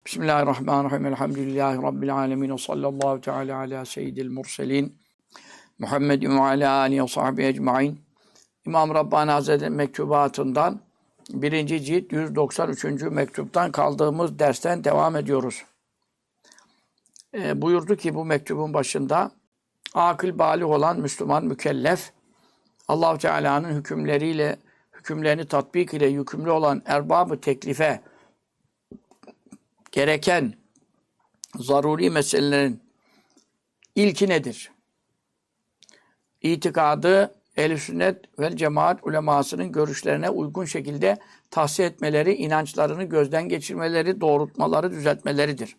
Bismillahirrahmanirrahim. Elhamdülillahi Rabbil alemin. Ve sallallahu teala ala seyyidil murselin. Muhammedin ve ala alihi ve sahbihi ecmain. İmam Rabbani Hazretleri mektubatından 1. cilt 193. mektuptan kaldığımız dersten devam ediyoruz. Buyurdu ki bu mektubun başında akıl bâlig olan Müslüman mükellef Allah-u Teala'nın hükümlerini tatbik ile yükümlü olan erbab-ı teklife gereken zaruri meselelerin ilki nedir? İtikadı ehl-i sünnet vel cemaat ulemasının görüşlerine uygun şekilde tahsis etmeleri, inançlarını gözden geçirmeleri, doğrultmaları, düzeltmeleridir.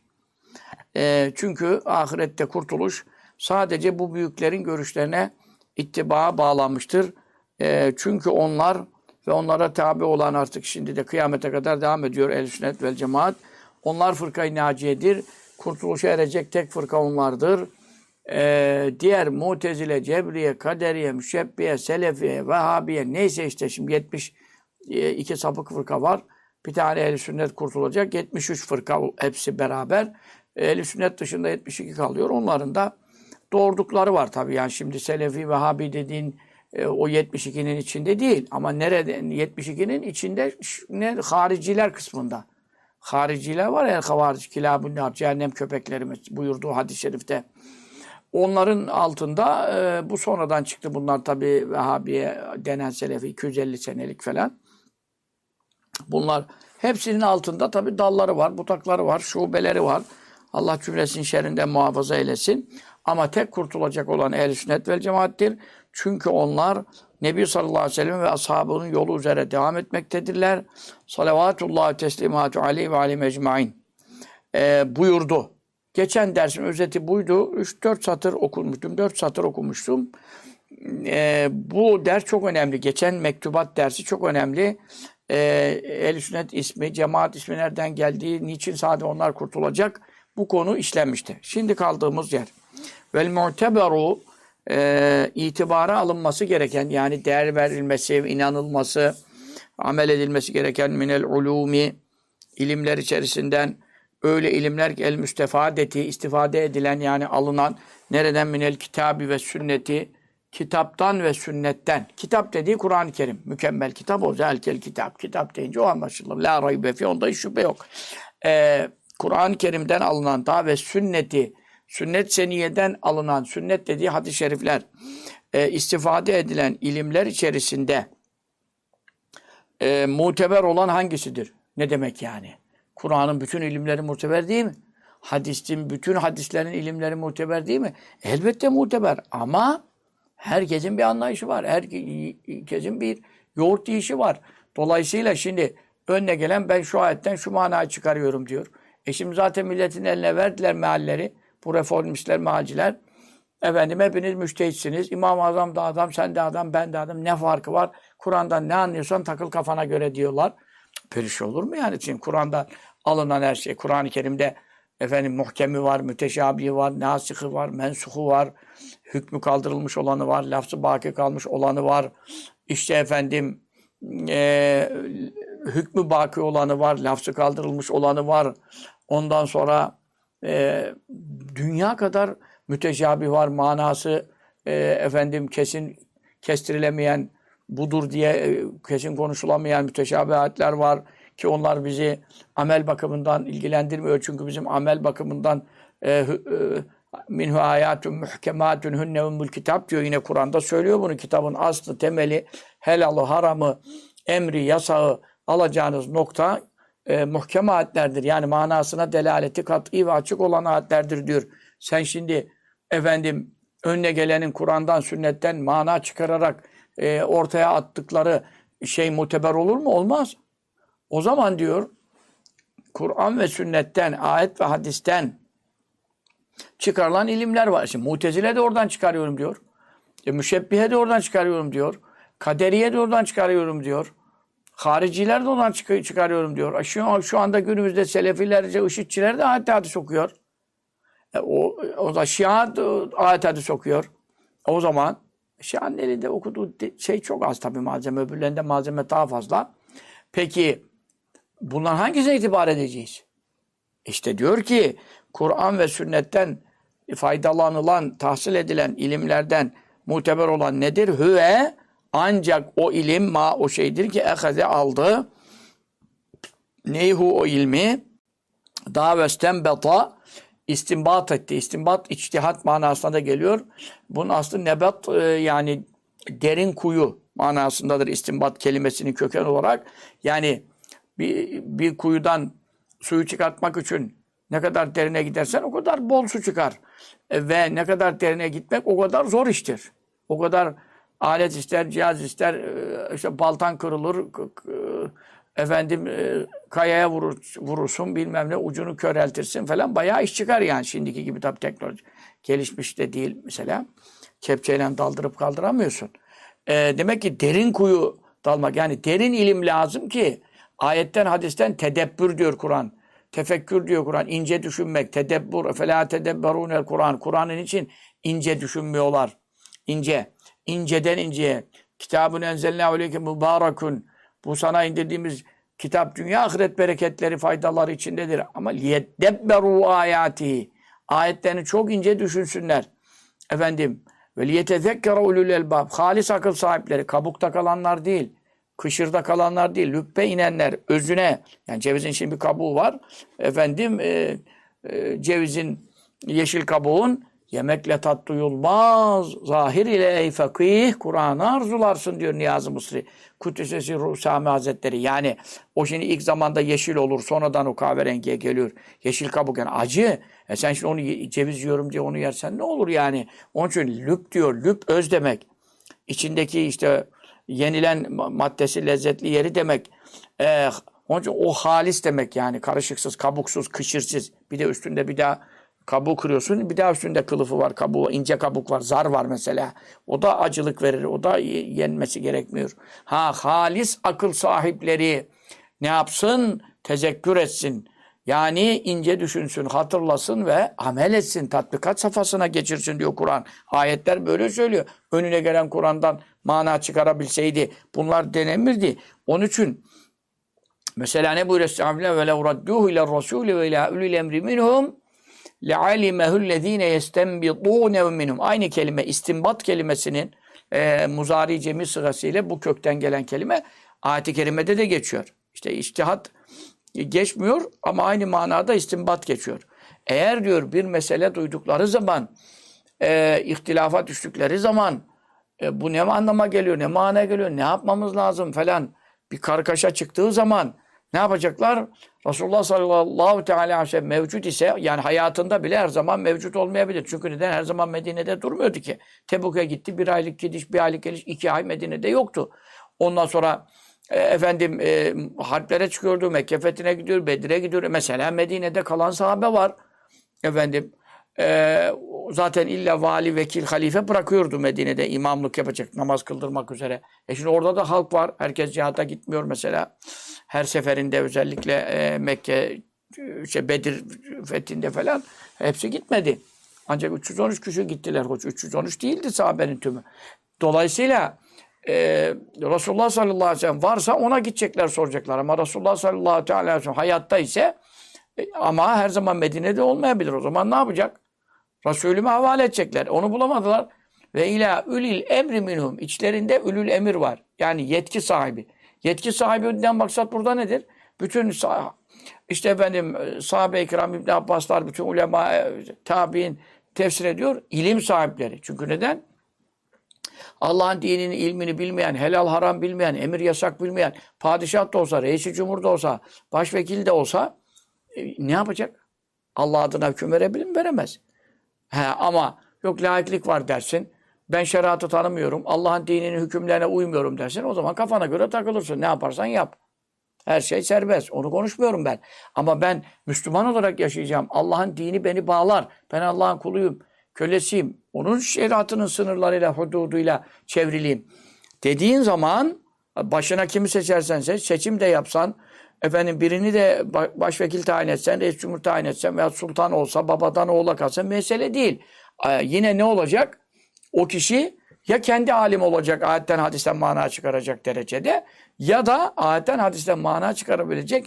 Çünkü ahirette kurtuluş sadece bu büyüklerin görüşlerine ittibaa bağlanmıştır. Çünkü onlar ve onlara tabi olan artık şimdi de kıyamete kadar devam ediyor ehl-i sünnet vel cemaat. Onlar fırka-i naciyedir. Kurtuluşa erecek tek fırka onlardır. Diğer Mutezile, Cebriye, Kaderiye, Müşebbiye, Selefiye, Vehhabiye neyse işte şimdi 72 sapık fırka var. Bir tane ehl-i sünnet kurtulacak. 73 fırka hepsi beraber. Ehl-i sünnet dışında 72 kalıyor. Onların da doğurdukları var tabii. Yani şimdi Selefi, Vehhabi dediğin o 72'nin içinde değil. Ama nerede 72'nin içinde ne hariciler kısmında. Hariciler var ya, havaric, kilâbun nâr, cehennem köpekleri buyurduğu hadis-i şerifte. Onların altında bu sonradan çıktı bunlar tabii Vehhabiye denen Selefi 250 senelik falan. Bunlar hepsinin altında tabii dalları var, butakları var, şubeleri var. Allah cümlesinin şerrinden muhafaza eylesin. Ama tek kurtulacak olan ehl-i sünnet vel cemaattir. Çünkü onlar Nebi sallallahu aleyhi ve sellem ve ashabının yolu üzere devam etmektedirler. Salavatullah teslimatu aleyhi ve aleyhi ecmain buyurdu. Geçen dersin özeti buydu. 3-4 satır okumuştum. 4 satır okumuştum. Bu ders çok önemli. Geçen mektubat dersi çok önemli. Ehl-i sünnet ismi, cemaat ismi nereden geldiği, niçin sadece onlar kurtulacak? Bu konu işlenmişti. Şimdi kaldığımız yer. Vel mu'teberu itibara alınması gereken, yani değer verilmesi, inanılması, amel edilmesi gereken minel ulumi, ilimler içerisinden öyle ilimler ki el müstefadeti, istifade edilen yani alınan, nereden minel kitabi ve sünneti, kitaptan ve sünnetten. Kitap dediği Kur'an-ı Kerim. Mükemmel kitap o. Zelkel kitap. Kitap deyince o anlaşılır. La raybe fi, onda hiç şüphe yok. Kur'an-ı Kerim'den alınan da ve sünneti, sünnet seniyeden alınan, sünnet dediği hadis-i şerifler, istifade edilen ilimler içerisinde muteber olan hangisidir? Ne demek yani? Kur'an'ın bütün ilimleri muteber değil mi? Hadisin, bütün hadislerin ilimleri muteber değil mi? Elbette muteber ama herkesin bir anlayışı var. Herkesin bir yoğurt yiyişi var. Dolayısıyla şimdi önüne gelen ben şu ayetten şu manayı çıkarıyorum diyor. Şimdi zaten milletin eline verdiler mealleri. Bu reformistler, mealciler. Efendim hepiniz müştehitsiniz. İmam-ı Azam da adam, sen de adam, ben de adam. Ne farkı var? Kur'an'dan ne anlıyorsan takıl kafana göre diyorlar. Perişan olur mu yani? Çünkü Kur'an'dan alınan her şey. Kur'an-ı Kerim'de efendim muhkemi var, müteşabihi var, nâsihı var, mensuhu var. Hükmü kaldırılmış olanı var, lafzı baki kalmış olanı var. İşte efendim hükmü baki olanı var, lafzı kaldırılmış olanı var. Ondan sonra dünya kadar müteşabih var, manası efendim kesin kestirilemeyen, budur diye kesin konuşulamayan müteşabihatler var ki onlar bizi amel bakımından ilgilendirmiyor. Çünkü bizim amel bakımından minhu ayatun muhkematun hunne ummul kitap diyor, yine Kur'an'da söylüyor bunu. Kitabın aslı, temeli, helalı, haramı, emri, yasağı alacağınız nokta muhkem ayetlerdir. Yani manasına delaleti kat'i ve açık olan ayetlerdir diyor. Sen şimdi efendim önüne gelenin Kur'an'dan, sünnetten mana çıkararak ortaya attıkları şey muteber olur mu? Olmaz. O zaman diyor Kur'an ve sünnetten, ayet ve hadisten çıkarılan ilimler var. Şimdi Mutezile de oradan çıkarıyorum diyor. Müşebbihe de oradan çıkarıyorum diyor. Kaderiye de oradan çıkarıyorum diyor. Hariciler de oradan çıkarıyorum diyor. Şu anda günümüzde Selefilerce, IŞİD'çiler de ayet hadis okuyor. O da Şia ayet hadis okuyor. O zaman Şia'nın elinde okuduğu şey çok az tabii, malzeme. Öbürlerinde malzeme daha fazla. Peki bundan hangisine itibar edeceğiz? İşte diyor ki Kur'an ve sünnetten faydalanılan, tahsil edilen ilimlerden muteber olan nedir? Hüve ancak o ilim o şeydir ki ehaze aldı. Neyhu o ilmi davesten beta istinbat etti. İstinbat içtihat manasına da geliyor. Bunun aslı nebat yani derin kuyu manasındadır istinbat kelimesinin köken olarak. Yani bir kuyudan suyu çıkartmak için ne kadar derine gidersen o kadar bol su çıkar. Ve ne kadar derine gitmek o kadar zor iştir. O kadar alet ister, cihaz ister, işte baltan kırılır, kayaya vurursun, bilmem ne, ucunu köreltirsin falan. Bayağı iş çıkar yani. Şimdiki gibi tabii teknoloji gelişmiş de değil mesela. Kepçeyle daldırıp kaldıramıyorsun. Demek ki derin kuyu dalmak, yani derin ilim lazım ki ayetten, hadisten tedebbür diyor Kur'an. Tefekkür diyor Kur'an. İnce düşünmek, tedebbür. Efela tedebberûnel Kur'an. Kur'an'ın için ince düşünmüyorlar. İnce. İnceden inceye. Kitabun enzelnâ aleyke mübârekun. Bu sana indirdiğimiz kitap dünya ahiret bereketleri, faydaları içindedir. Ama liyeddebberû âyâtihi. Ayetlerini çok ince düşünsünler. Ve liyetezekkere ulul elbab. Halis akıl sahipleri. Kabukta kalanlar değil. Kışırda kalanlar değil. Lübbe inenler. Özüne. Yani cevizin şimdi bir kabuğu var. Cevizin, yeşil kabuğun yemekle tat duyulmaz. Zahir ile ey fakih. Kur'an'ı arzularsın diyor Niyazi Mısri. Kuddisesi Ruh Sami Hazretleri. Yani o şimdi ilk zamanda yeşil olur. Sonradan o kahverengiye geliyor. Yeşil kabuk yani acı. Sen şimdi onu ceviz yiyorum diye onu yersen ne olur yani? Onun için lüb diyor. Lüb öz demek. İçindeki işte yenilen maddesi lezzetli yeri demek. Onun için o halis demek yani. Karışıksız, kabuksuz, kışırsız. Bir de üstünde bir daha kabuğu kırıyorsun. Bir daha üstünde kılıfı var. Kabuğu, ince kabuk var. Zar var mesela. O da acılık verir. O da yenmesi gerekmiyor. Halis akıl sahipleri ne yapsın? Tezekkür etsin. Yani ince düşünsün, hatırlasın ve amel etsin. Tatbikat safhasına geçirsin diyor Kur'an. Ayetler böyle söylüyor. Önüne gelen Kur'an'dan mana çıkarabilseydi bunlar denemirdi. Onun için mesela ne buyuruyor Estağfirullah ve lev radduhu ile rasûli ve ilâ ulil emri minhum le'alimehu'llezîne yestenbitûne minhum. Aynı kelime, istinbat kelimesinin muzari cemi sıgasıyla bu kökten gelen kelime ayet-i kerimede de geçiyor. İşte içtihat geçmiyor ama aynı manada istinbat geçiyor. Eğer diyor bir mesele duydukları zaman, ihtilafa düştükleri zaman bu ne anlama geliyor, ne mana geliyor, ne yapmamız lazım falan bir kargaşa çıktığı zaman ne yapacaklar? Resulullah sallallahu aleyhi ve sellem mevcut ise yani hayatında bile her zaman mevcut olmayabilir. Çünkü neden? Her zaman Medine'de durmuyordu ki. Tebuk'a gitti. 1 aylık gidiş, 1 aylık geliş, 2 ay Medine'de yoktu. Ondan sonra harplere çıkıyordu. Mekke fethine gidiyor, Bedir'e gidiyor. Mesela Medine'de kalan sahabe var. Zaten illa vali, vekil, halife bırakıyordu Medine'de imamlık yapacak, namaz kıldırmak üzere. Şimdi orada da halk var. Herkes cihata gitmiyor mesela. Her seferinde özellikle Mekke, Bedir fethinde falan hepsi gitmedi. Ancak 313 kişi gittiler. 313 değildi sahabenin tümü. Dolayısıyla Resulullah sallallahu aleyhi ve sellem varsa ona gidecekler, soracaklar. Ama Resulullah sallallahu aleyhi ve sellem hayatta ise ama her zaman Medine'de olmayabilir. O zaman ne yapacak? Resulüme havale edecekler. Onu bulamadılar. Ve ilâ ülül emri minhum. İçlerinde ülül emir var. Yani yetki sahibi. Yetki sahibinden maksat burada nedir? Bütün sahabe-i kiram, İbn Abbaslar, bütün ulema, tabi'in tefsir ediyor. İlim sahipleri. Çünkü neden? Allah'ın dininin ilmini bilmeyen, helal haram bilmeyen, emir yasak bilmeyen, padişah da olsa, reis-i cumhur da olsa, başvekil de olsa ne yapacak? Allah adına hüküm verebilir mi? Veremez. Ama yok laiklik var dersin. Ben şeriatı tanımıyorum. Allah'ın dininin hükümlerine uymuyorum dersin. O zaman kafana göre takılırsın. Ne yaparsan yap. Her şey serbest. Onu konuşmuyorum ben. Ama ben Müslüman olarak yaşayacağım. Allah'ın dini beni bağlar. Ben Allah'ın kuluyum. Kölesiyim. Onun şeriatının sınırlarıyla, hududuyla çevriliyim. Dediğin zaman başına kimi seçersen seç, seçim de yapsan, birini de başvekil tayin etsen, reis cumhur tayin etsen veya sultan olsa, babadan oğula kalsa mesele değil. Yine ne olacak? O kişi ya kendi alim olacak, ayetten hadisten mana çıkaracak derecede ya da ayetten hadisten mana çıkarabilecek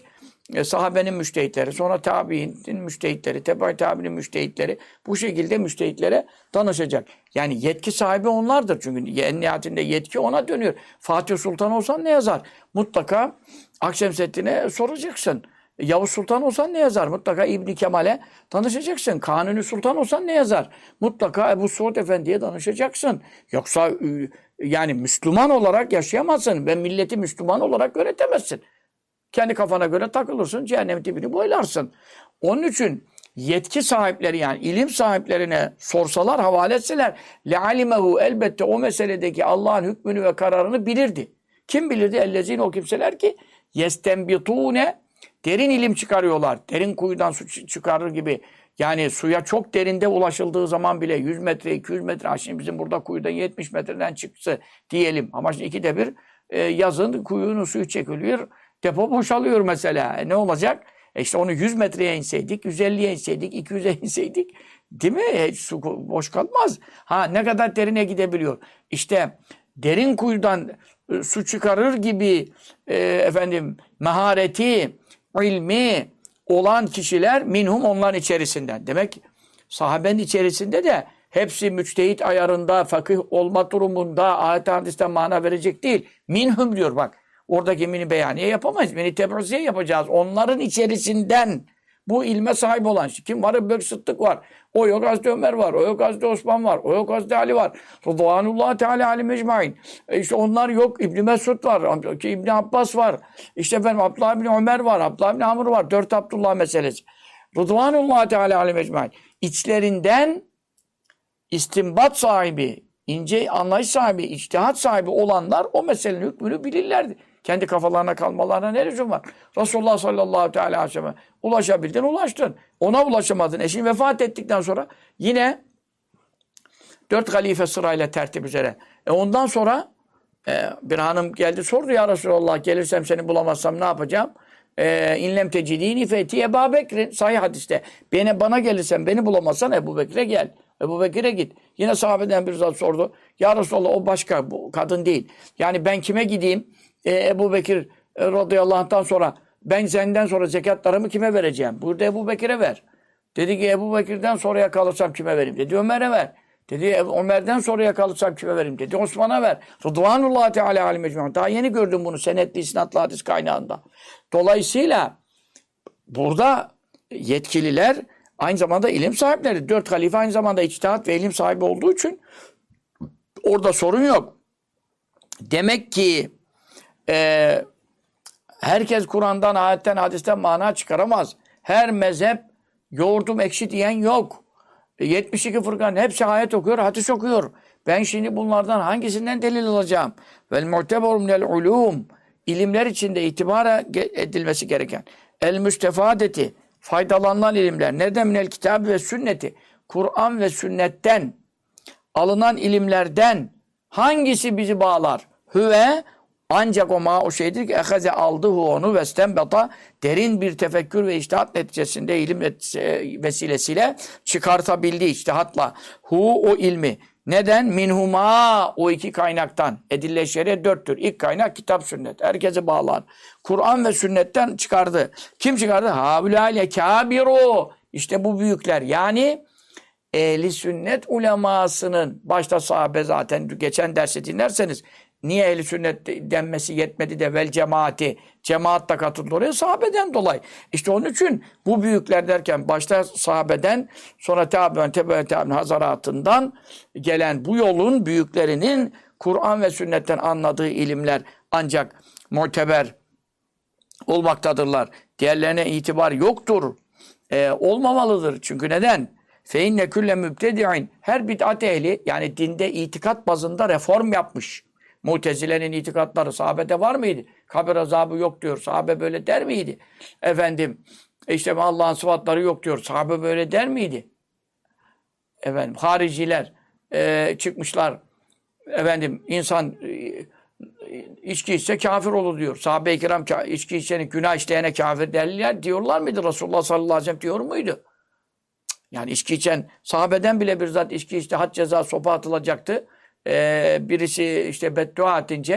sahabenin müştehitleri, sonra tabiinin müştehitleri, tebe-i tabiinin müştehitleri bu şekilde müştehitlere danışacak. Yani yetki sahibi onlardır çünkü en nihayetinde yetki ona dönüyor. Fatih Sultan olsan ne yazar? Mutlaka Akşemseddin'e soracaksın. Yavuz Sultan olsan ne yazar? Mutlaka İbn Kemal'e danışacaksın. Kanuni Sultan olsan ne yazar? Mutlaka Ebu Suud Efendi'ye danışacaksın. Yoksa yani Müslüman olarak yaşayamazsın ve milleti Müslüman olarak öğretemezsin. Kendi kafana göre takılırsın, cehennem dibini boylarsın. Onun için yetki sahipleri yani ilim sahiplerine sorsalar, havale etseler lealimehu elbette o meseledeki Allah'ın hükmünü ve kararını bilirdi. Kim bilirdi? Ellezine o kimseler ki yestenbitune derin ilim çıkarıyorlar. Derin kuyudan su çıkarır gibi. Yani suya çok derinde ulaşıldığı zaman bile 100 metre, 200 metre, şimdi bizim burada kuyudan 70 metreden çıksa diyelim. Ama şimdi ikide bir yazın kuyunun suyu çekiliyor. Depo boşalıyor mesela. Ne olacak? İşte onu 100 metreye inseydik, 150'ye inseydik, 200'e inseydik değil mi? Hiç su boş kalmaz. Ha ne kadar derine gidebiliyor. İşte derin kuyudan su çıkarır gibi mahareti, ilmi olan kişiler minhum onların içerisinden. Demek sahabenin içerisinde de hepsi müçtehit ayarında, fakih olma durumunda ayet-i hadisten mana verecek değil. Minhum diyor bak. Oradaki mini beyaniye yapamayız. Mini tebriziye yapacağız. Onların içerisinden bu ilme sahip olan kim var? Ebu Bekir Sıddık var. O yok Hazreti Ömer var. O yok Hazreti Osman var. O yok Hazreti Ali var. Rıdvanullah Teala alim ecmaîn. İşte onlar yok. İbn Mesud var. İbn Abbas var. İşte efendim Abdullah bin Ömer var. Abdullah bin Amr var. 4 Abdullah meselesi. Rıdvanullah Teala alim ecmaîn. İçlerinden istinbat sahibi, ince anlayış sahibi, içtihat sahibi olanlar o meselenin hükmünü bilirlerdi. Kendi kafalarına kalmalarına ne lüzum var? Resulullah sallallahu aleyhi ve sellem ulaşabildin, ulaştın. Ona ulaşamadın. Eşin vefat ettikten sonra yine 4 halife sırayla tertip üzere. Ondan sonra bir hanım geldi sordu ya Resulallah gelirsem seni bulamazsam ne yapacağım? İnlem tecidini feti Ebu Bekir'in sahih hadiste. Bana gelirsen beni bulamazsan Ebu Bekir'e gel. Ebu Bekir'e git. Yine sahabeden bir zat sordu. Ya Resulallah o başka, bu kadın değil. Yani ben kime gideyim? Ebu Bekir radıyallahu anh'tan sonra ben senden sonra zekatlarımı kime vereceğim? Burada Ebu Bekir'e ver. Dedi ki Ebu Bekir'den sonraya kalırsam kime vereyim? Dedi Ömer'e ver. Dedi Ömer'den sonraya kalırsam kime vereyim? Dedi Osman'a ver. Rıdvanullah Teala alim ecmaîn. Daha yeni gördüm bunu senetli isnatlı hadis kaynağında. Dolayısıyla burada yetkililer aynı zamanda ilim sahipleri. 4 halife aynı zamanda içtihat ve ilim sahibi olduğu için orada sorun yok. Demek ki herkes Kur'an'dan, ayetten, hadisten mana çıkaramaz. Her mezhep yoğurdum ekşi diyen yok. 72 fırkanın hepsi ayet okuyor, hadis okuyor. Ben şimdi bunlardan hangisinden delil alacağım? Vel mu'teberu minel ulûm. İlimler içinde itibara edilmesi gereken. El müstefadeti. Faydalanılan ilimler. Neden minel kitabı ve sünneti? Kur'an ve sünnetten alınan ilimlerden hangisi bizi bağlar? Hüve ancak o şeydir ki ehaze aldı onu ve stenbeta derin bir tefekkür ve içtihat neticesinde ilim vesilesiyle çıkartabildi içtihatla. O ilmi. Neden? Minhuma o iki kaynaktan. Edille-i şer'e 4'tür. İlk kaynak kitap sünnet. Herkese bağlar. Kur'an ve sünnetten çıkardı. Kim çıkardı? Havlâle kâbiru. İşte bu büyükler. Yani ehli sünnet ulemasının başta sahabe zaten geçen dersi dinlerseniz niye ehli sünnet denmesi yetmedi de vel cemaati cemaat da katıldı oraya sahabeden dolayı. İşte onun için bu büyükler derken başta sahabeden sonra tebe-i hazaratından gelen bu yolun büyüklerinin Kur'an ve sünnetten anladığı ilimler ancak muteber olmaktadırlar. Diğerlerine itibar yoktur. Olmamalıdır. Çünkü neden? Feinne külle mübtedi'in her bid'at ehli yani dinde itikat bazında reform yapmış. Mutezile'nin itikatları sahabede var mıydı? Kabir azabı yok diyor. Sahabe böyle der miydi? Efendim işte Allah'ın sıfatları yok diyor. Sahabe böyle der miydi? Efendim hariciler çıkmışlar. Efendim insan içki içse kafir olur diyor. Sahabe-i kiram içki içenin günah işleyene kafir derler diyorlar mıydı? Resulullah sallallahu aleyhi ve sellem diyor muydu? Yani içki içen sahabeden bile bir zat içki içti had ceza sopa atılacaktı. Birisi işte beddua edince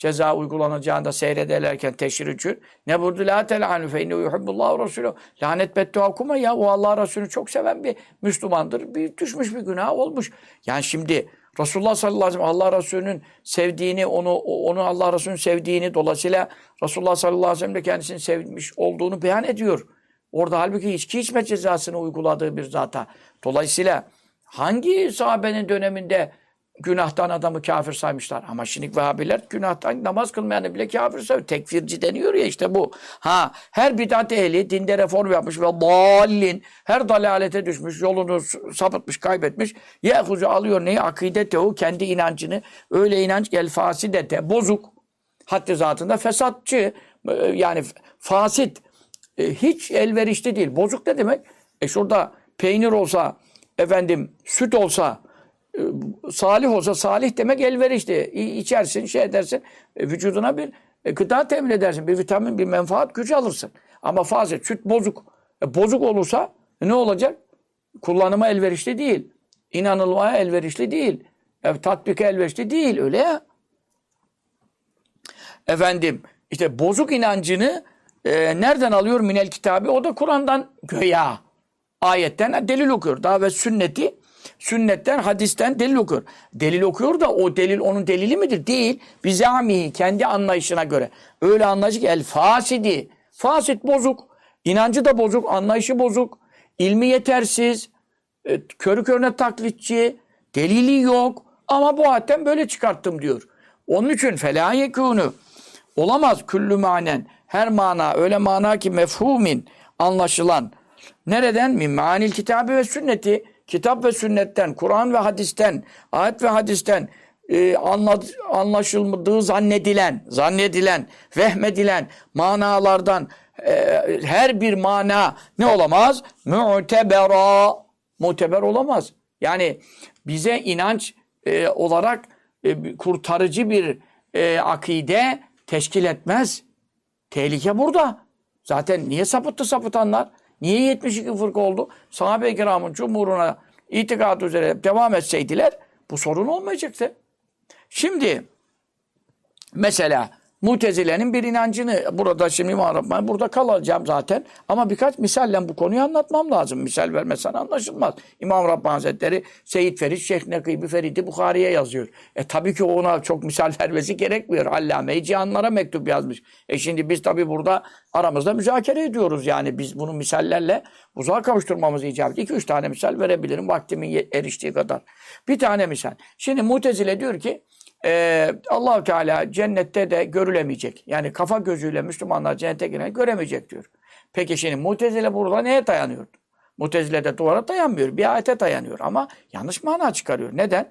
ceza uygulanacağında seyrederlerken teşhir için. Ne buyurdu? La tel'anu fe innehu yuhibbullahu Resulü. Lanet beddua okuma ya. O Allah Resulü'nü çok seven bir Müslümandır. Bir düşmüş bir günah olmuş. Yani şimdi Resulullah sallallahu aleyhi ve sellem Allah Resulü'nün sevdiğini, onu Allah Resulü'nün sevdiğini, dolayısıyla Resulullah sallallahu aleyhi ve sellem de kendisini sevmiş olduğunu beyan ediyor. Orada halbuki içki içme cezasını uyguladığı bir zata. Dolayısıyla hangi sahabenin döneminde günahtan adamı kafir saymışlar? Ama şimdi Vehhabiler günahtan namaz kılmayanı bile kafir sayıyor. Tekfirci deniyor ya işte bu. Her bid'at ehli dinde reform yapmış ve dallin her dalalete düşmüş, yolunu sapıtmış, kaybetmiş. Yehuzu alıyor neyi? Akidetehu kendi inancını. Öyle inanç gel fasidete bozuk. Haddi zatında fesatçı yani fasit. Hiç elverişli değil. Bozuk ne demek? Şurada peynir olsa, süt olsa, salih olsa, salih demek elverişli. İçersin, şey edersin, vücuduna bir gıda temin edersin. Bir vitamin, bir menfaat gücü alırsın. Ama fasit, süt bozuk. Bozuk olursa ne olacak? Kullanıma elverişli değil. İnanılmaya elverişli değil. Tatbike elverişli değil. Öyle ya. İşte bozuk inancını nereden alıyor? Minel kitabı. O da Kur'an'dan göya. Ayetten delil okuyor. Daha ve sünnetten, hadisten delil okuyor. Delil okuyor da o delil onun delili midir? Değil. Bizamihi kendi anlayışına göre. Öyle anlayışı ki el fasidi. Fasit bozuk. İnancı da bozuk. Anlayışı bozuk. İlmi yetersiz. Körü körüne taklitçi. Delili yok. Ama bu ayetten böyle çıkarttım diyor. Onun için felâ yekûnü. Olamaz küllü manen. Her mana öyle mana ki mefhumin anlaşılan. Nereden? Min manil kitabı ve sünneti. Kitap ve sünnetten, Kur'an ve hadisten, ayet ve hadisten anlaşılmadığı zannedilen, vehmedilen manalardan her bir mana ne olamaz? Muteber olamaz. Yani bize inanç olarak kurtarıcı bir akide teşkil etmez. Tehlike burada. Zaten niye sapıtanlar? Niye 72 fırka oldu? Sahabe-i kiramın cumhuruna itikadı üzere devam etseydiler bu sorun olmayacaktı. Şimdi mesela Mutezile'nin bir inancını burada şimdi burada kalacağım zaten ama birkaç misalle bu konuyu anlatmam lazım. Misal vermezsen anlaşılmaz. İmam Rabbani Hazretleri Seyyid Ferit Şeyh Nekîb-i Feridi Bukhari'ye yazıyor. Tabii ki ona çok misal vermesi gerekmiyor. Allame-i Cihanlara mektup yazmış. Şimdi biz tabii burada aramızda müzakere ediyoruz. Yani biz bunu misallerle uzağa kavuşturmamız icap ediyor. 2-3 tane misal verebilirim vaktimin eriştiği kadar. Bir tane misal. Şimdi Mutezile diyor ki Allah-u Teala cennette de görülemeyecek. Yani kafa gözüyle Müslümanlar cennete giren göremeyecek diyor. Peki şimdi Mutezile burada neye dayanıyor? Mutezile de duvara dayanmıyor. Bir ayete dayanıyor ama yanlış mana çıkarıyor. Neden?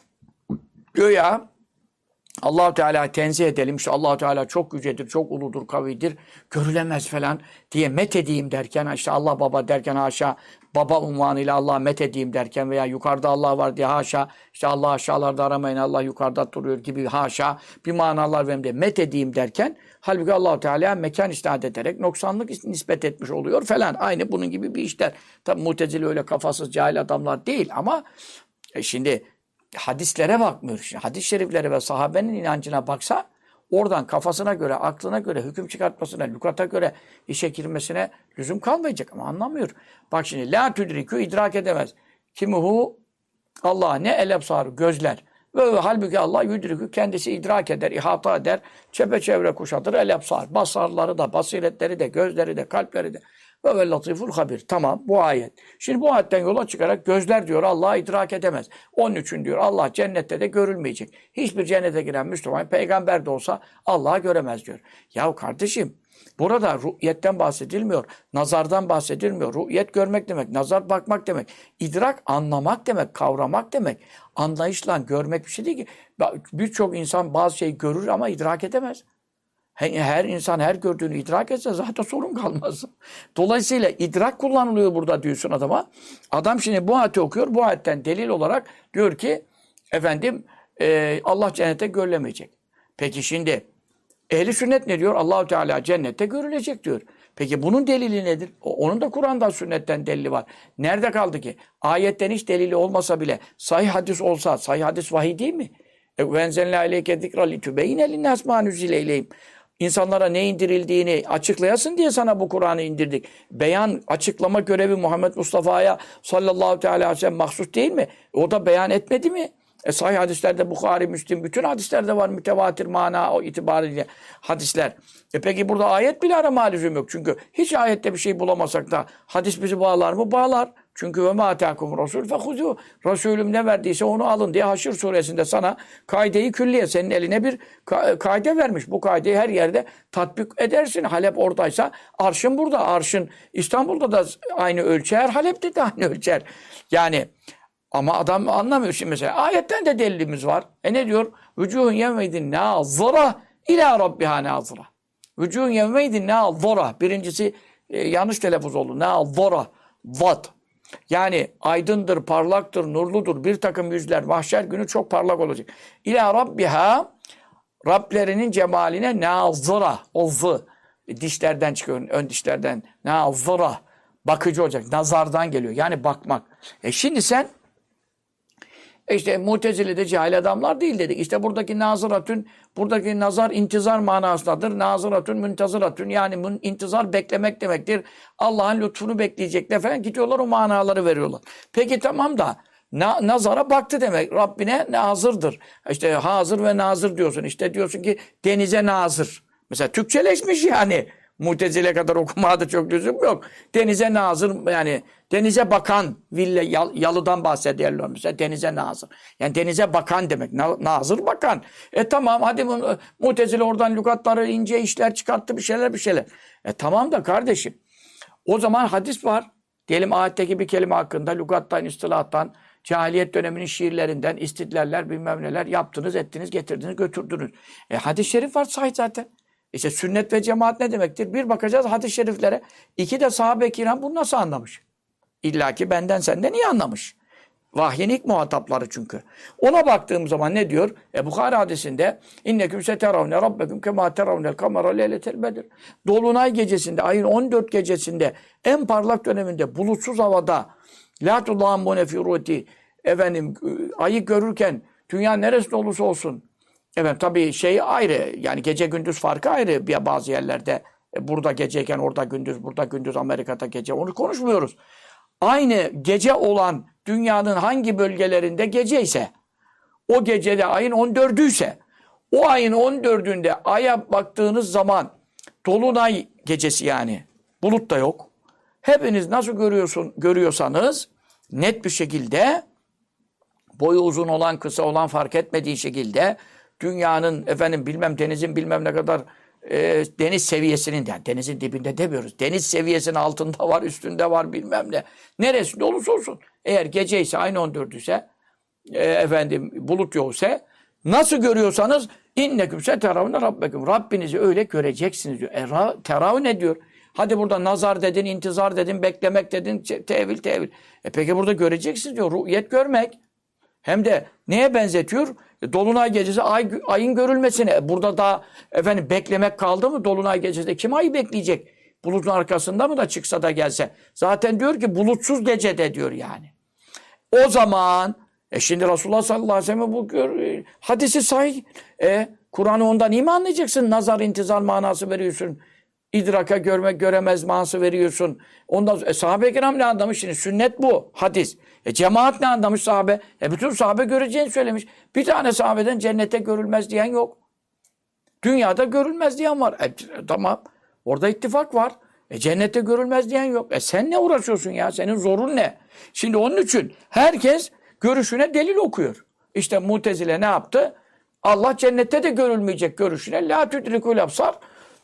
Göya Allah-u Teala tenzih edelim. İşte Allah-u Teala çok yücedir, çok uludur, kavidir, görülemez falan diye met edeyim derken, işte Allah baba derken haşa, baba unvanıyla Allah'a met edeyim derken veya yukarıda Allah var diye haşa, işte Allah aşağılarda aramayın, Allah yukarıda duruyor gibi haşa bir manalar verim diye met edeyim derken, halbuki Allah-u Teala mekan isnat ederek noksanlık nispet etmiş oluyor falan. Aynı bunun gibi bir işler. Tabi Mutezile öyle kafasız cahil adamlar değil ama şimdi hadislere bakmıyor. Şimdi hadis-i şeriflere ve sahabenin inancına baksa oradan kafasına göre, aklına göre, hüküm çıkartmasına, lügata göre işe girmesine lüzum kalmayacak ama anlamıyor. Bak şimdi la tüdrikü idrak edemez. Kimuhu Allah ne el-ebsar gözler. Ve halbuki Allah yudrikü kendisi idrak eder, ihata eder, çepeçevre kuşatır el-ebsar. Basarları da, basiretleri de, gözleri de, kalpleri de. Ve latiful habir. Tamam bu ayet. Şimdi bu ayetten yola çıkarak gözler diyor Allah'ı idrak edemez. Onun için diyor Allah cennette de görülmeyecek. Hiçbir cennete giren Müslüman peygamber de olsa Allah'ı göremez diyor. Yahu kardeşim burada ru'yetten bahsedilmiyor. Nazardan bahsedilmiyor. Ru'yet görmek demek. Nazar bakmak demek. İdrak anlamak demek. Kavramak demek. Anlayışla görmek bir şey değil ki. Birçok insan bazı şeyi görür ama idrak edemez. Her insan her gördüğünü idrak etse zaten sorun kalmaz. Dolayısıyla idrak kullanılıyor burada diyorsun adama. Adam şimdi bu ayeti okuyor. Bu ayetten delil olarak diyor ki Allah cennete görülemeyecek. Peki şimdi ehli sünnet ne diyor? Allah-u Teala cennette görülecek diyor. Peki bunun delili nedir? Onun da Kur'an'dan sünnetten delili var. Nerede kaldı ki? Ayetten hiç delili olmasa bile sahih hadis olsa, sahih hadis vahiy değil mi? Ve enzelnâ aleyke zikra litübeyyine linnâs mâ nüzzile ileyhim. İnsanlara ne indirildiğini açıklayasın diye sana bu Kur'an'ı indirdik. Beyan, açıklama görevi Muhammed Mustafa'ya sallallahu teala aleyhi ve sellem mahsus değil mi? O da beyan etmedi mi? Sahih hadislerde Bukhari, Müslim, bütün hadislerde var mütevatir mana o itibariyle hadisler. Peki burada ayet bile arama lüzum yok. Çünkü hiç ayette bir şey bulamasak da hadis bizi bağlar mı? Bağlar. Çünkü ve mâ atâkum rasûl fehuzû. Resulüm ne verdiyse onu alın diye Haşr suresinde sana kaide-i külliye, senin eline bir kaide vermiş. Bu kaideyi her yerde tatbik edersin. Halep oradaysa arşın burada. Arşın İstanbul'da da aynı ölçer, Halep'te de aynı ölçer. Yani ama adam anlamıyor şimdi mesela. Ayetten de delilimiz var. Ne diyor? Vücuhun yevmeydin nâzıra ilâ rabbihâ nâzıra. Vücuhun yevmeydin nâzıra. Birincisi yanlış telaffuz oldu. Nâzıra. Vat. Yani aydındır, parlaktır, nurludur. Bir takım yüzler mahşer günü çok parlak olacak. İlâ rabbiha, Rablerinin cemaline nâzıra. O zı. Dişlerden çıkıyor, ön dişlerden. Nâzıra. Bakıcı olacak. Nazardan geliyor. Yani bakmak. Şimdi sen İşte Mutezile'de cahil adamlar değil dedik. İşte buradaki nazıratün, buradaki nazar intizar manasındadır. Nazıratün müntazıratün, yani intizar beklemek demektir. Allah'ın lütfunu bekleyecekler falan, gidiyorlar o manaları veriyorlar. Peki tamam da nazara baktı demek. Rabbine nazırdır. İşte hazır ve nazır diyorsun. İşte diyorsun ki denize nazır. Mesela Türkçeleşmiş yani. Mutezile kadar okumaya da çok lüzum yok. Denize nazır, yani denize bakan, yalıdan bahsediyorlar mesela, denize nazır. Yani denize bakan demek. Nazır bakan. Tamam hadi Mutezile oradan lügatları ince işler çıkarttı, bir şeyler. Tamam da kardeşim. O zaman hadis var. Diyelim ayetteki bir kelime hakkında lügattan, istilahattan, cahiliyet döneminin şiirlerinden, istidlaller bilmem neler yaptınız, ettiniz, getirdiniz, götürdünüz. Hadis-i şerif var sahih zaten. İşte sünnet ve cemaat ne demektir? Bir bakacağız hadis-i şeriflere. İki de sahabe-i kiram bunu nasıl anlamış? İlla ki benden senden iyi anlamış. Vahyin ilk muhatapları çünkü. Ona baktığım zaman ne diyor? Bukhari hadisinde inneküm seteravne rabbeküm kemâ teravnel kamera leyletel bedir. Dolunay gecesinde, ayın 14 gecesinde, en parlak döneminde, bulutsuz havada lâ tudâmmûne fî ru'ti, ayı görürken dünya neresinde olursa olsun. Evet tabii şey ayrı, yani gece gündüz farkı ayrı bazı yerlerde. Burada geceyken orada gündüz, burada gündüz, Amerika'da gece, onu konuşmuyoruz. Aynı gece olan dünyanın hangi bölgelerinde gece ise, o gecede ayın 14'ü ise, o ayın 14'ünde aya baktığınız zaman dolunay gecesi, yani bulut da yok. Hepiniz nasıl görüyorsanız net bir şekilde, boyu uzun olan kısa olan fark etmediği şekilde dünyanın bilmem denizin bilmem ne kadar deniz seviyesinin, yani denizin dibinde demiyoruz. Deniz seviyesinin altında var, üstünde var bilmem ne. Neresinde olursa olsun. Eğer gece ise aynı 14 ise bulut yoksa nasıl görüyorsanız inneküm seteravne rabbeküm. Rabbinizi öyle göreceksiniz diyor. Terav ne diyor? Hadi burada nazar dedin, intizar dedin, beklemek dedin, tevil. Peki burada göreceksiniz diyor. Ru'yet görmek. Hem de neye benzetiyor? Dolunay gecesi ayın görülmesine. Burada da beklemek kaldı mı dolunay gecesinde? Kim ayı bekleyecek? Bulutun arkasında mı da çıksa da gelse? Zaten diyor ki bulutsuz gecede diyor yani. O zaman şimdi Resulullah sallallahu aleyhi ve sellem bu hadisi sahih. Kur'an'ı ondan iyi mi anlayacaksın? Nazar, intizar manası veriyorsun. İdraka görmek, göremez manası veriyorsun. Ondan sahabe-i kiram ne anlamış? Şimdi sünnet bu, hadis. Cemaat ne anlamış sahabe? Bütün sahabe göreceğini söylemiş. Bir tane sahabeden cennete görülmez diyen yok. Dünyada görülmez diyen var. Tamam. Orada ittifak var. Cennette görülmez diyen yok. Sen ne uğraşıyorsun ya? Senin zorun ne? Şimdi onun için herkes görüşüne delil okuyor. İşte Mutezile ne yaptı? Allah cennette de görülmeyecek görüşüne. La tudrikul absar.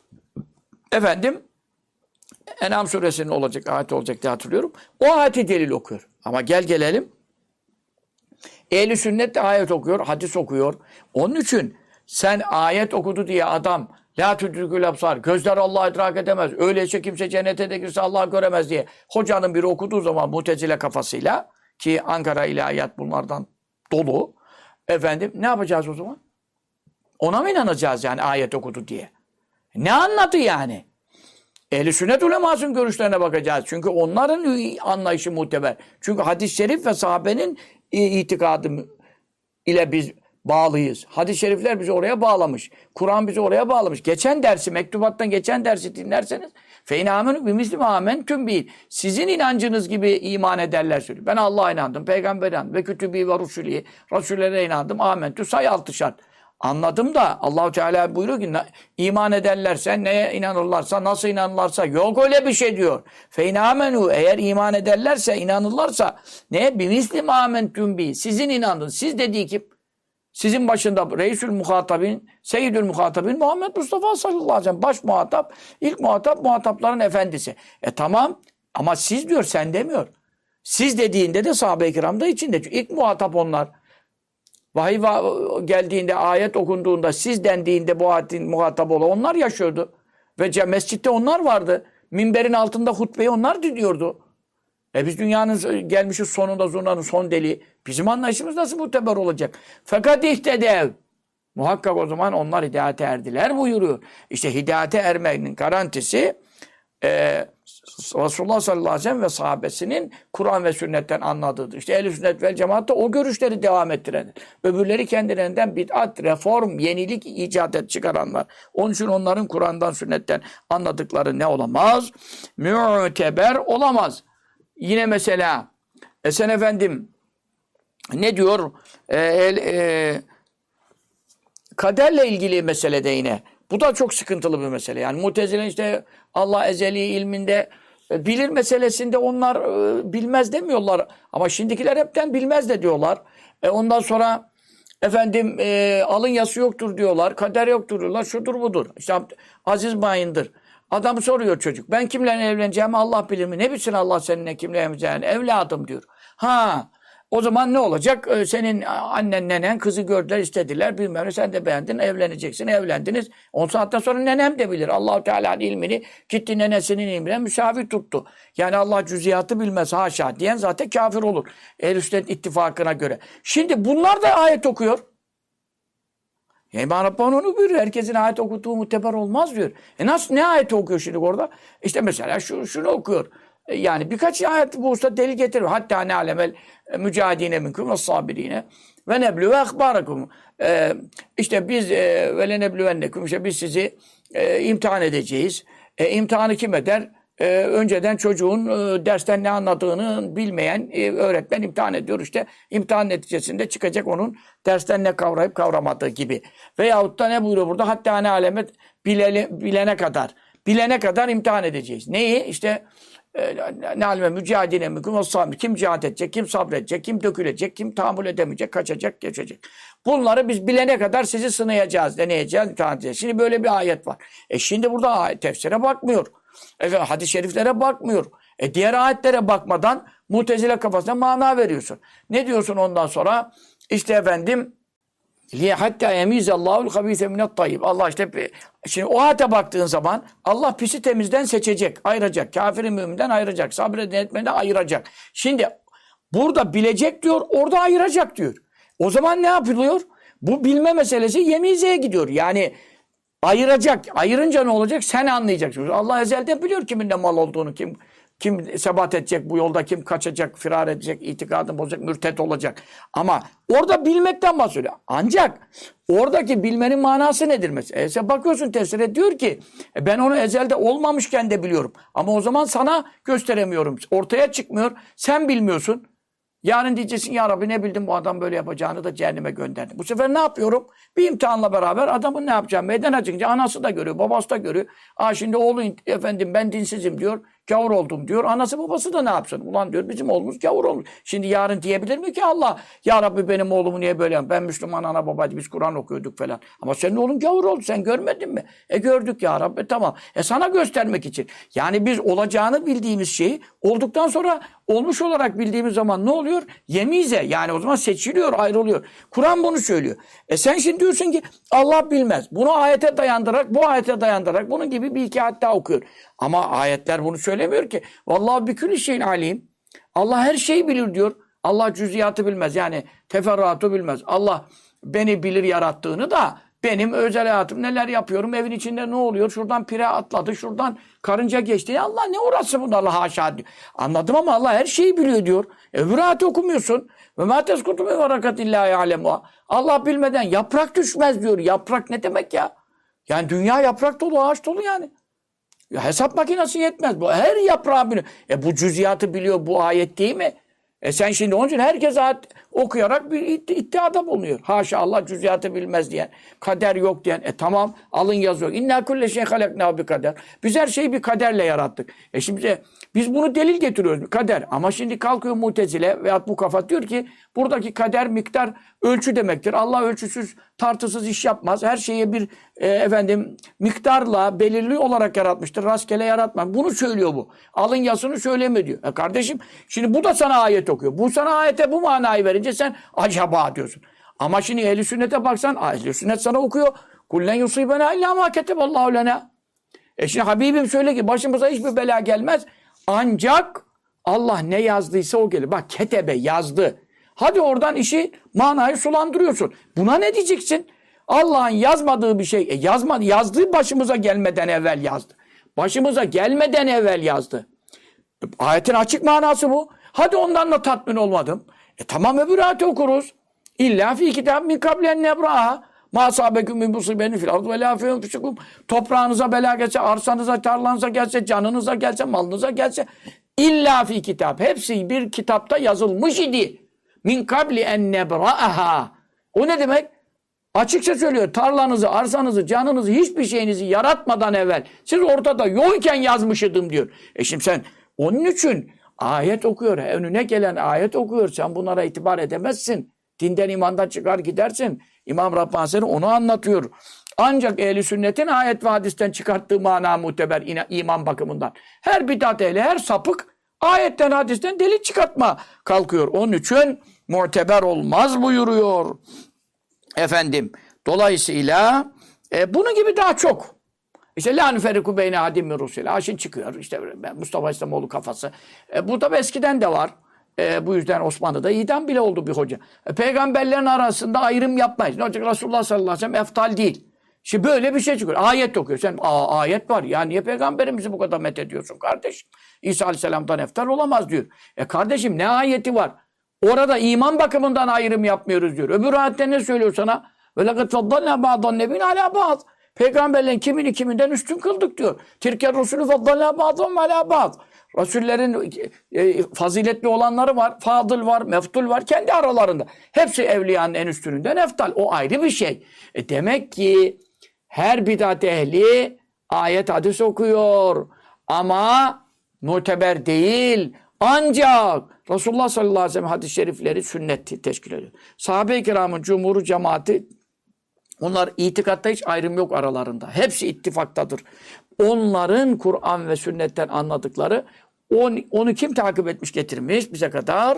En'am suresinin olacak ayet olacak diye hatırlıyorum. O ayeti delil okuyor. Ama gelelim. Ehl-i sünnet de ayet okuyor, hadis okuyor. Onun için sen ayet okudu diye adam la tudrikul absar, gözler Allah'ı idrak edemez. Öyleyse kimse cennete de girse Allah'ı göremez diye. Hocanın biri okuduğu zaman Mutezile kafasıyla, ki Ankara ilahiyat bunlardan dolu. Ne yapacağız o zaman? Ona mı inanacağız yani ayet okudu diye? Ne anladı yani? Ehl-i sünnet ulemasının görüşlerine bakacağız. Çünkü onların anlayışı muteber. Çünkü hadis-i şerif ve sahabenin itikadı ile biz bağlıyız. Hadis-i şerifler bizi oraya bağlamış. Kur'an bizi oraya bağlamış. Geçen dersi, mektubattan geçen dersi dinlerseniz fe inâmenû bimisli âmentüm bî. Sizin inancınız gibi iman ederler söylüyor. Ben Allah'a inandım, peygambere inandım ve kütübî ve rusulî. Rasullere inandım. Âmentü say 6 şart. Anladım da Allahu Teala buyuruyor ki iman ederlerse, neye inanırlarsa, nasıl inanırlarsa yok öyle bir şey diyor. Feynâmenû eğer iman ederlerse, inanırlarsa neye? Bimisli âmentüm bî. Sizin inandınız. Siz dediği kim? Sizin başında Reisül Muhatabin, Seyyidül Muhatabin Muhammed Mustafa sallallahu aleyhi ve sellem. Baş muhatap, ilk muhatap, muhatapların efendisi. Tamam ama siz diyor, sen demiyor. Siz dediğinde de sahabe-i kiram da içinde. Çünkü ilk muhatap onlar. Vahiy geldiğinde, ayet okunduğunda, siz dendiğinde bu ayetin muhatabı olan onlar yaşıyordu. Ve mescitte onlar vardı. Minberin altında hutbeyi onlar dinliyordu. Biz dünyanın gelmişiz sonunda zurnanın son deliği. Bizim anlayışımız nasıl muteber olacak? Fakat ihtedev. Muhakkak o zaman onlar hidayete erdiler buyuruyor. İşte hidayete ermenin garantisi Resulullah sallallahu aleyhi ve sellem ve sahabesinin Kur'an ve sünnetten anladığıdır. İşte ehl-i sünnet vel cemaatta o görüşleri devam ettirenler. Öbürleri kendilerinden bid'at, reform, yenilik icat çıkaranlar. Onun için onların Kur'an'dan, sünnetten anladıkları ne olamaz? Müteber olamaz. Yine mesela sen efendim ne diyor? Kaderle ilgili meselede yine. Bu da çok sıkıntılı bir mesele. Yani Mu'tezile işte Allah ezeli ilminde bilir meselesinde onlar bilmez demiyorlar. Ama şimdikiler hepten bilmez de diyorlar. Ondan sonra efendim alın yazısı yoktur diyorlar. Kader yoktur diyorlar. Şudur budur. İşte Aziz Bayındır. Adam soruyor çocuk. Ben kimle evleneceğimi Allah bilir mi? Ne bilsin Allah seninle kimle evleneceğini? Evladım diyor. O zaman ne olacak? Senin annen, nenen kızı gördüler, istediler. Bilmem ne sen de beğendin, evleneceksin, evlendiniz. 10 saatten sonra nenem de bilir. Allah-u Teala'nın ilmini gitti nenesinin ilmine müsavi tuttu. Yani Allah cüziyatı bilmez haşa diyen zaten kafir olur. Ehl-i Sünnet ittifakına göre. Şimdi bunlar da ayet okuyor. İmam Rabbani onu buyuruyor. Herkesin ayet okuduğu muteber olmaz diyor. Nasıl, ne ayeti okuyor şimdi orada? İşte mesela şunu okuyor. Yani birkaç ayet bu usta delil getiriyor. Hatta ne alemel mücahidine minkum ve sabirine ve neblu ve akbarakum. İşte biz ve le nebluvennekum. İşte biz sizi imtihan edeceğiz. İmtihanı kim eder? Önceden çocuğun dersten ne anladığını bilmeyen öğretmen imtihan ediyor. İşte imtihan neticesinde çıkacak onun dersten ne kavrayıp kavramadığı gibi. Veyahut da ne buyuruyor burada? Hatta ne alemet bilene kadar. Bilene kadar imtihan edeceğiz. Neyi? İşte ne alime mücadele mümkün sabır. Kim cihad edecek, kim sabredecek, kim dökülecek, kim tahammül edemeyecek, kaçacak, geçecek. Bunları biz bilene kadar sizi sınayacağız, deneyeceğiz, imtihan edeceğiz. Şimdi böyle bir ayet var. Şimdi burada tefsire bakmıyor. Hadis-i şeriflere bakmıyor. Diğer ayetlere bakmadan Mu'tezile kafasına mana veriyorsun. Ne diyorsun ondan sonra? İşte efendim hatta yemizallahul habise minet tayyib. Allah işte şimdi o ayete baktığın zaman Allah pisi temizden seçecek, ayıracak. Kafiri müminden ayıracak. Sabreden etmeden ayıracak. Şimdi burada bilecek diyor, orada ayıracak diyor. O zaman ne yapılıyor? Bu bilme meselesi yemizeye gidiyor. Yani ayıracak. Ayırınca ne olacak? Sen anlayacaksın. Allah ezelden biliyor kimin ne mal olduğunu, kim sebat edecek bu yolda, kim kaçacak, firar edecek, itikadını bozacak, mürtet olacak. Ama orada bilmekten bahsediyor. Ancak oradaki bilmenin manası nedir mesela? Sen bakıyorsun tefsire diyor ki ben onu ezelde olmamışken de biliyorum. Ama o zaman sana gösteremiyorum. Ortaya çıkmıyor. Sen bilmiyorsun. Yarın diyeceksin ya Rabbi ne bildim bu adam böyle yapacağını da cehenneme gönderdi. Bu sefer ne yapıyorum? Bir imtihanla beraber adamın ne yapacağını meydana çıkınca anası da görüyor, babası da görüyor. Şimdi oğlu efendim ben dinsizim diyor, gavur oldum diyor. Anası babası da ne yapsın? Ulan diyor bizim oğlumuz gavur olmuş. Şimdi yarın diyebilir mi ki Allah ya Rabbi benim oğlumu niye böyle yapayım? Ben Müslüman ana babaydı biz Kur'an okuyorduk falan. Ama senin oğlun gavur oldu sen görmedin mi? Gördük ya Rabbi tamam. Sana göstermek için. Yani biz olacağını bildiğimiz şeyi olduktan sonra olmuş olarak bildiğimiz zaman ne oluyor? Yemize yani o zaman seçiliyor ayrılıyor. Kur'an bunu söylüyor. Sen şimdi diyorsun ki Allah bilmez. Bunu ayete dayandırarak bu ayete dayandırarak bunun gibi bir iki ayet daha okuyor. Ama ayetler bunu söylemiyor ki. Vallahi bikülli şeyin alim. Allah her şeyi bilir diyor. Allah cüziyatı bilmez. Yani teferruatı bilmez. Allah beni bilir yarattığını da Benim özel hayatım neler yapıyorum, evin içinde ne oluyor, şuradan pire atladı, şuradan karınca geçti. Ya Allah ne uğraşsın bunlarla haşa diyor. Anladım ama Allah her şeyi biliyor diyor. Öbür ayeti okumuyorsun. Ve mâ teskutu min verakatillâhi ya'lemuhâ. Allah bilmeden yaprak düşmez diyor. Yaprak ne demek ya? Yani dünya yaprak dolu, ağaç dolu yani. Ya hesap makinesi yetmez. Bu her yaprağı biliyor. Bu cüziyatı biliyor, bu ayet değil mi? Sen şimdi onun için herkes ayet okuyarak bir iddiada bulunuyor. Haşa Allah cüziyatı bilmez diyen, kader yok diyen. Tamam alın yazıyor. İnna kulle şey halakna bi kader. Biz her şeyi bir kaderle yarattık. Şimdi biz bunu delil getiriyoruz. Kader. Ama şimdi kalkıyor Mutezile veyahut bu kafa diyor ki buradaki kader miktar ölçü demektir. Allah ölçüsüz tartısız iş yapmaz. Her şeye bir miktarla belirli olarak yaratmıştır. Rastgele yaratmaz. Bunu söylüyor bu. Alın yazısını söyleme diyor. Kardeşim şimdi bu da sana ayet okuyor. Bu sana ayete bu manayı verince sen acaba diyorsun. Ama şimdi ehl-i sünnete baksan ehl-i sünnet sana okuyor. Kullen yusibena illa ma keteballahu lena. Şimdi Habibim söyle ki başımıza hiçbir bela gelmez. Ancak Allah ne yazdıysa o gelir. Bak ketebe yazdı. Hadi oradan işi manayı sulandırıyorsun. Buna ne diyeceksin? Allah'ın yazmadığı bir şey. Yazmadı. Yazdığı başımıza gelmeden evvel yazdı. Başımıza gelmeden evvel yazdı. Ayetin açık manası bu. Hadi ondan da tatmin olmadım. Tamam öbür ayeti okuruz. İlla fi kitab min kablen nebraha. Ma sabeküm min musibetin fil ardı ve la fi enfusikum. Toprağınıza bela gelse, arsanıza, tarlanıza gelse, canınıza gelse, malınıza gelse. İlla fi kitap. Hepsi bir kitapta yazılmış idi. Min kabli en nebraha. O ne demek? Açıkça söylüyor. Tarlanızı, arsanızı, canınızı, hiçbir şeyinizi yaratmadan evvel siz ortada yokken yazmış idim diyor. Şimdi sen onun için ayet okuyor. Önüne gelen ayet okuyor. Sen bunlara itibar edemezsin. Dinden imandan çıkar gidersin. İmam Rabbani onu anlatıyor. Ancak ehl-i sünnetin ayet ve hadisten çıkarttığı mana muteber iman bakımından. Her bidat ehli, her sapık ayetten hadisten delil çıkartma kalkıyor. Onun için muteber olmaz buyuruyor. Dolayısıyla bunun gibi daha çok. İşte la nüferriku beyne adim min rusul. Şimdi çıkıyor. İşte Mustafa İslamoğlu kafası. Bu tabi eskiden de var. Bu yüzden Osmanlı'da idam bile oldu bir hoca. Peygamberlerin arasında ayrım yapmayız. Ne olacak? Resulullah sallallahu aleyhi ve sellem eftal değil. Şimdi böyle bir şey çıkıyor. Ayet okuyor. Sen ayet var. Ya niye peygamberimizi bu kadar methediyorsun kardeşim? İsa aleyhisselamdan eftal olamaz diyor. Kardeşim ne ayeti var? Orada iman bakımından ayrım yapmıyoruz diyor. Öbür ayette ne söylüyor sana? Ve lekad faddalna ba'dan nebiyyin ala ba'd. Peygamberlerin kimini kiminden üstün kıldık diyor. Tilke rusulü faddalna ba'dan ala ba'd. Rasullerin faziletli olanları var, fadıl var, meftul var kendi aralarında. Hepsi evliyanın en üstününden eftal. O ayrı bir şey. Demek ki her bidat ehli ayet hadis okuyor. Ama muteber değil. Ancak Resulullah sallallahu aleyhi ve sellem hadis-i şerifleri sünnet teşkil ediyor. Sahabe-i kiramın cumhuru cemaati onlar itikatta hiç ayrım yok aralarında. Hepsi ittifaktadır. Onların Kur'an ve sünnetten anladıkları onu kim takip etmiş getirmiş bize kadar?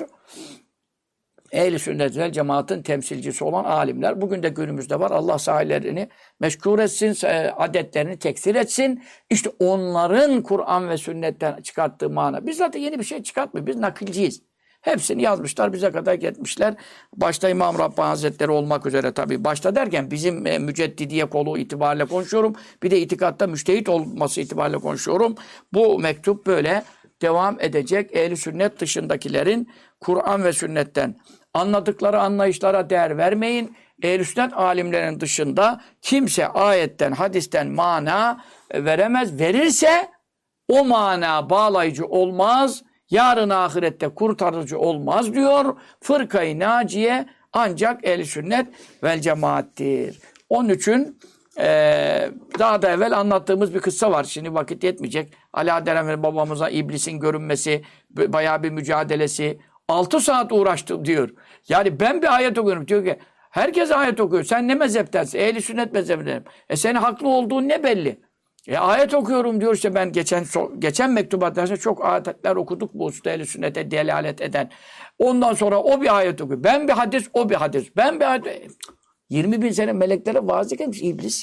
Ehl-i sünnet vel cemaatin temsilcisi olan alimler. Bugün de günümüzde var. Allah sahillerini meşgul etsin, adetlerini teksir etsin. İşte onların Kur'an ve sünnetten çıkarttığı mana. Biz zaten yeni bir şey çıkartmıyoruz. Biz nakilciyiz. Hepsini yazmışlar, bize kadar getmişler. Başta İmam Rabbani Hazretleri olmak üzere tabii. Başta derken bizim müceddidiye kolu itibariyle konuşuyorum. Bir de itikatta müştehit olması itibariyle konuşuyorum. Bu mektup böyle devam edecek. Ehl-i sünnet dışındakilerin Kur'an ve sünnetten anladıkları anlayışlara değer vermeyin. Ehl-i sünnet alimlerin dışında kimse ayetten, hadisten mana veremez. Verirse o mana bağlayıcı olmaz. Yarın ahirette kurtarıcı olmaz diyor. Fırkayı naciye ancak ehl-i sünnet vel cemaattir. Onun için daha da evvel anlattığımız bir kıssa var. Şimdi vakit yetmeyecek. Ali Adem babamıza iblisin görünmesi, bayağı bir mücadelesi. 6 saat uğraştım diyor. Yani ben bir ayet okuyorum. Diyor ki herkes ayet okuyor. Sen ne mezheptensin? Ehl-i sünnet mezhebinden. Senin haklı olduğun ne belli? Ayet okuyorum diyor işte ben geçen mektubatta çok ayetler okuduk bu usta ehl-i sünnete delalet eden. Ondan sonra o bir ayet okuyor. Ben bir hadis, o bir hadis. Ben bir hadis. 20 bin sene meleklere vaaz etmiş iblis ya.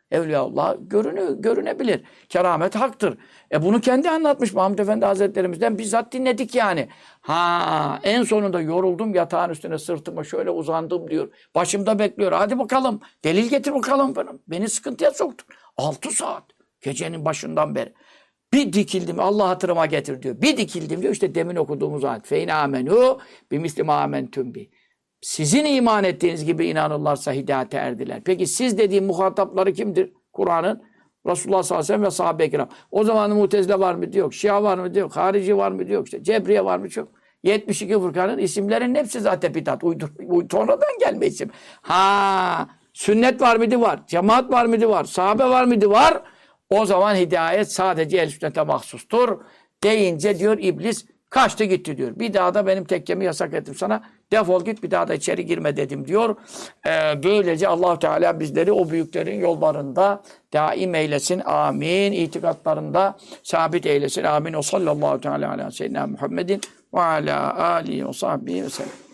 Evliyaullah görünebilir. Keramet haktır. Bunu kendi anlatmış Mahmud Efendi Hazretlerimizden bizzat dinledik yani. En sonunda yoruldum yatağın üstüne sırtıma şöyle uzandım diyor. Başımda bekliyor. Hadi bakalım delil getir bakalım. Beni sıkıntıya soktun. 6 saat gecenin başından beri. Bir dikildim Allah hatırıma getir diyor. Bir dikildim diyor işte demin okuduğumuz ayet. Fe in amenu bimisli ma amentum bi. Sizin iman ettiğiniz gibi inanırlarsa hidayete erdiler. Peki siz dediğim muhatapları kimdir? Kur'an'ın Resulullah sallallahu aleyhi ve sellem ve sahabe-i kiram. O zaman Mutezile var mı diyor. Şia var mı diyor. Harici var mı diyor. İşte Cebriye var mı çok. 72 fırkanın isimlerin hepsi zaten bidat. Sonradan gelme isim. Sünnet var mıydı? Var. Cemaat var mıydı? Var. Sahabe var mıydı? Var. O zaman hidayet sadece el sünnete mahsustur. Deyince diyor iblis kaçtı gitti diyor. Bir daha da benim tekkemi yasak ettim sana. Defol git bir daha da içeri girme dedim diyor. Böylece Allah Teala bizleri o büyüklerin yollarında daim eylesin. Amin. İtikatlarında sabit eylesin. Amin. O sallallahu teala ala seyyidina Muhammedin ve ala alihi ve sahbihi ve sellem.